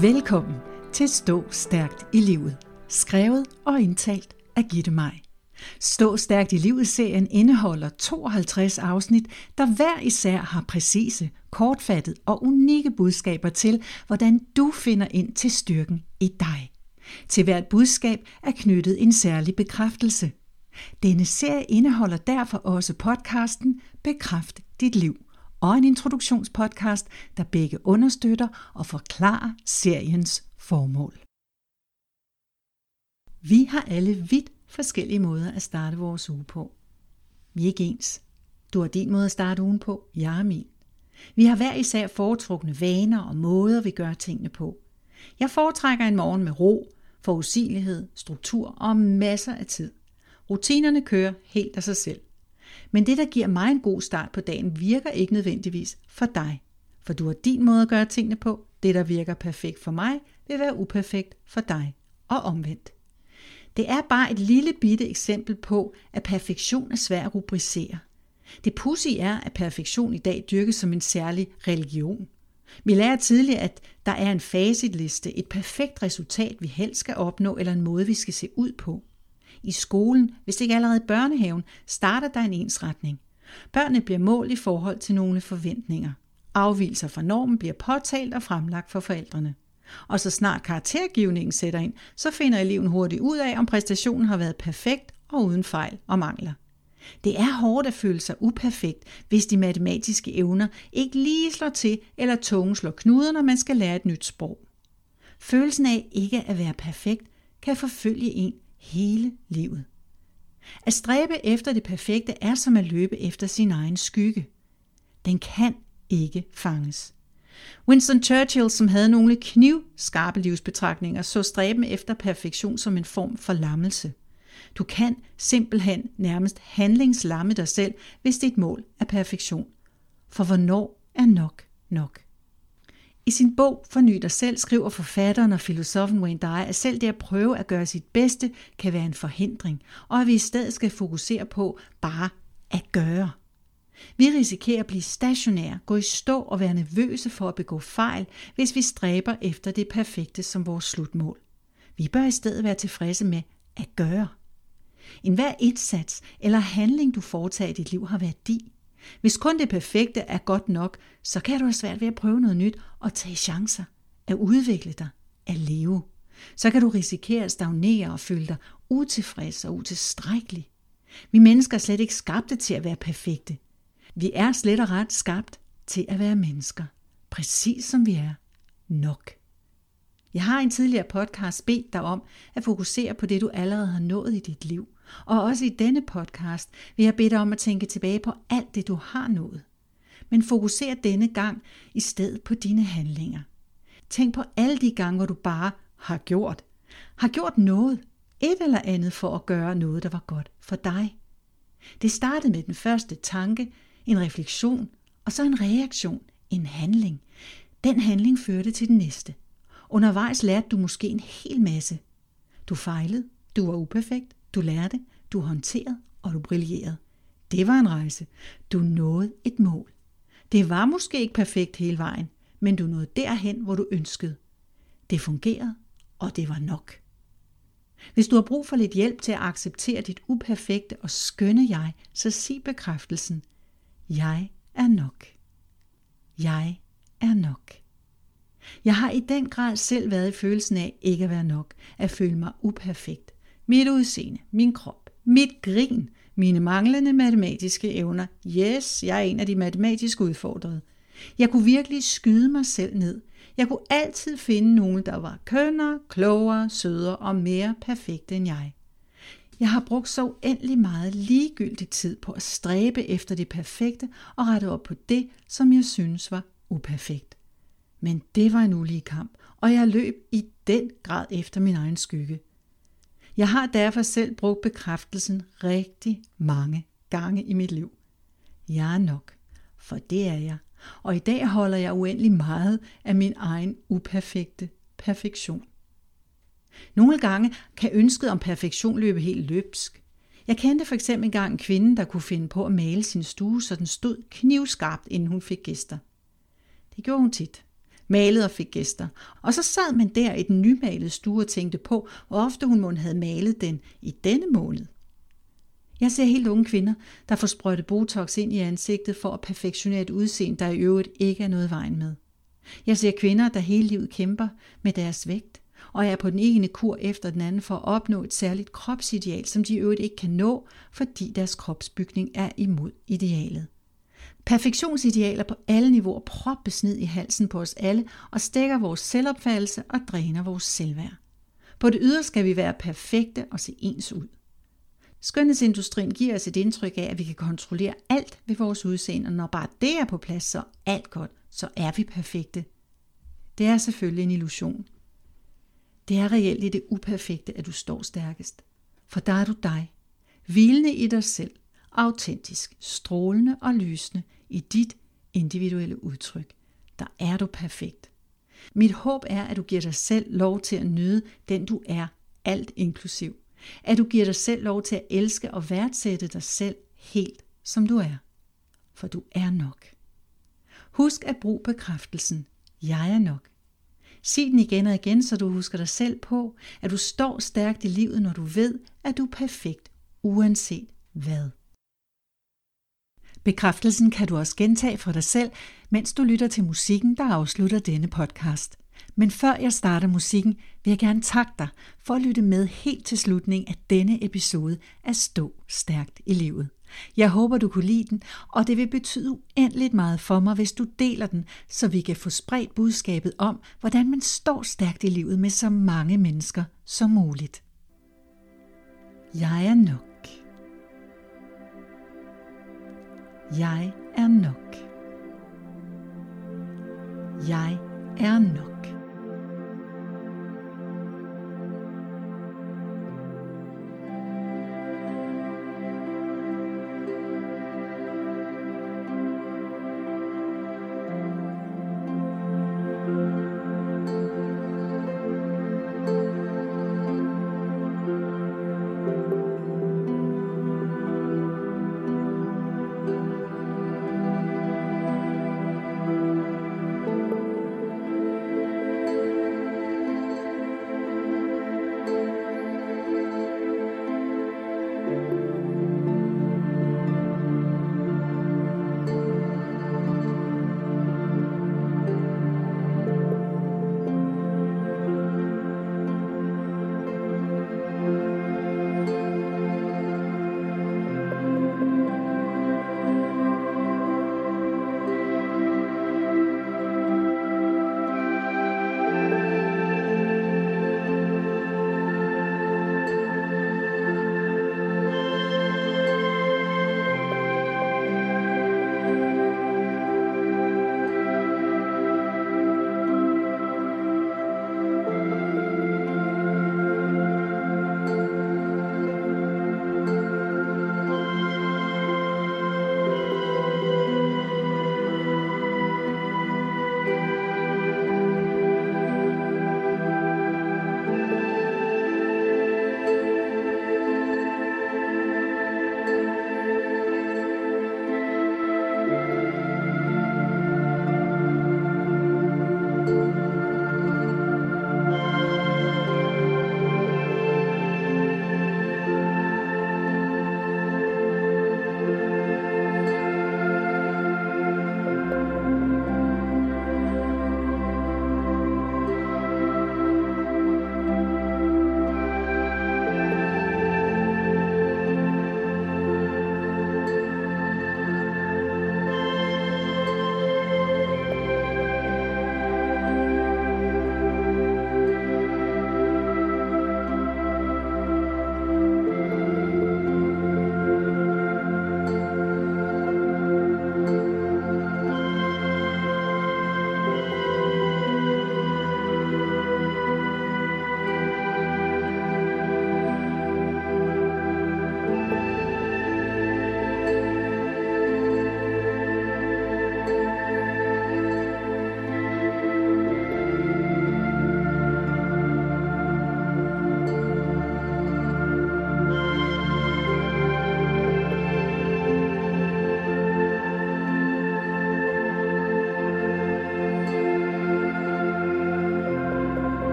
Velkommen til Stå Stærkt i Livet, skrevet og indtalt af Gitte Maj. Stå Stærkt i Livet-serien indeholder 52 afsnit, der hver især har præcise, kortfattet og unikke budskaber til, hvordan du finder ind til styrken i dig. Til hvert budskab er knyttet en særlig bekræftelse. Denne serie indeholder derfor også podcasten Bekræft dit liv og en introduktionspodcast, der begge understøtter og forklarer seriens formål. Vi har alle vidt forskellige måder at starte vores uge på. Vi er ikke ens. Du har din måde at starte ugen på, jeg har min. Vi har hver især foretrukne vaner og måder, vi gør tingene på. Jeg foretrækker en morgen med ro, forudsigelighed, struktur og masser af tid. Rutinerne kører helt af sig selv. Men det, der giver mig en god start på dagen, virker ikke nødvendigvis for dig. For du har din måde at gøre tingene på. Det, der virker perfekt for mig, vil være uperfekt for dig. Og omvendt. Det er bare et lille bitte eksempel på, at perfektion er svært at rubricere. Det pudsige er, at perfektion i dag dyrkes som en særlig religion. Vi lærer tidligere, at der er en facitliste, et perfekt resultat, vi helst skal opnå, eller en måde, vi skal se ud på. I skolen, hvis ikke allerede i børnehaven, starter der en ensretning. Børnene bliver målt i forhold til nogle forventninger. Afvigelser fra normen bliver påtalt og fremlagt for forældrene. Og så snart karaktergivningen sætter ind, så finder eleven hurtigt ud af, om præstationen har været perfekt og uden fejl og mangler. Det er hårdt at føle sig uperfekt, hvis de matematiske evner ikke lige slår til, eller tungen slår knuder, når man skal lære et nyt sprog. Følelsen af ikke at være perfekt kan forfølge en hele livet. At stræbe efter det perfekte er som at løbe efter sin egen skygge. Den kan ikke fanges. Winston Churchill, som havde nogle knivskarpe livsbetragtninger, så stræben efter perfektion som en form for lammelse. Du kan simpelthen nærmest handlingslamme dig selv, hvis dit mål er perfektion. For hvornår er nok nok? I sin bog Forny dig selv skriver forfatteren og filosofen Wayne Dyer, at selv det at prøve at gøre sit bedste kan være en forhindring, og at vi i stedet skal fokusere på bare at gøre. Vi risikerer at blive stationære, gå i stå og være nervøse for at begå fejl, hvis vi stræber efter det perfekte som vores slutmål. Vi bør i stedet være tilfredse med at gøre. Enhver indsats eller handling, du foretager i dit liv, har værdi. Hvis kun det perfekte er godt nok, så kan du have svært ved at prøve noget nyt og tage chancer, at udvikle dig, at leve. Så kan du risikere at stagnere og føle dig utilfreds og utilstrækkelig. Vi mennesker er slet ikke skabte til at være perfekte. Vi er slet og ret skabt til at være mennesker, præcis som vi er. Nok. Jeg har i en tidligere podcast bedt dig om at fokusere på det, du allerede har nået i dit liv. Og også i denne podcast vil jeg bede dig om at tænke tilbage på alt det, du har nået. Men fokuser denne gang i stedet på dine handlinger. Tænk på alle de gange, hvor du bare har gjort noget, et eller andet for at gøre noget, der var godt for dig. Det startede med den første tanke, en refleksion, og så en reaktion, en handling. Den handling førte til den næste. Undervejs lærte du måske en hel masse. Du fejlede, du var uperfekt, du lærte, du håndterede og du brillerede. Det var en rejse. Du nåede et mål. Det var måske ikke perfekt hele vejen, men du nåede derhen, hvor du ønskede. Det fungerede, og det var nok. Hvis du har brug for lidt hjælp til at acceptere dit uperfekte og skønne jeg, så sig bekræftelsen. Jeg er nok. Jeg er nok. Jeg har i den grad selv været i følelsen af ikke at være nok, at føle mig uperfekt. Mit udseende, min krop, mit grin, mine manglende matematiske evner. Yes, jeg er en af de matematisk udfordrede. Jeg kunne virkelig skyde mig selv ned. Jeg kunne altid finde nogen, der var kønnere, klogere, sødere og mere perfekte end jeg. Jeg har brugt så uendelig meget ligegyldig tid på at stræbe efter det perfekte og rette op på det, som jeg synes var uperfekt. Men det var en ulige kamp, og jeg løb i den grad efter min egen skygge. Jeg har derfor selv brugt bekræftelsen rigtig mange gange i mit liv. Jeg er nok, for det er jeg. Og i dag holder jeg uendelig meget af min egen uperfekte perfektion. Nogle gange kan ønsket om perfektion løbe helt løbsk. Jeg kendte for eksempel engang en kvinde, der kunne finde på at male sin stue, så den stod knivskarpt, inden hun fik gæster. Det gjorde hun tit. malede og fik gæster. Og så sad man der i den nymalede stue og tænkte på, hvor ofte hun måtte have malet den i denne måned. Jeg ser helt unge kvinder, der får sprøjtet Botox ind i ansigtet for at perfektionere et udseende, der i øvrigt ikke er noget vejen med. Jeg ser kvinder, der hele livet kæmper med deres vægt, og er på den ene kur efter den anden for at opnå et særligt kropsideal, som de i øvrigt ikke kan nå, fordi deres kropsbygning er imod idealet. Perfektionsidealer på alle niveauer proppes ned i halsen på os alle og stækker vores selvopfattelse og dræner vores selvværd. På det ydre skal vi være perfekte og se ens ud. Skønhedsindustrien giver os et indtryk af, at vi kan kontrollere alt ved vores udseende, og når bare det er på plads, så er alt godt, så er vi perfekte. Det er selvfølgelig en illusion. Det er reelt i det uperfekte, at du står stærkest. For der er du dig, hvilende i dig selv, autentisk, strålende og lysende i dit individuelle udtryk. Der er du perfekt. Mit håb er, at du giver dig selv lov til at nyde den du er, alt inklusiv. At du giver dig selv lov til at elske og værdsætte dig selv helt som du er. For du er nok. Husk at bruge bekræftelsen. Jeg er nok. Sig den igen og igen, så du husker dig selv på, at du står stærkt i livet, når du ved, at du er perfekt, uanset hvad. Bekræftelsen kan du også gentage for dig selv, mens du lytter til musikken, der afslutter denne podcast. Men før jeg starter musikken, vil jeg gerne takke dig for at lytte med helt til slutningen af denne episode af Stå Stærkt i Livet. Jeg håber, du kunne lide den, og det vil betyde uendeligt meget for mig, hvis du deler den, så vi kan få spredt budskabet om, hvordan man står stærkt i livet med så mange mennesker som muligt. Jeg er nok. Jeg er nok. Jeg er nok.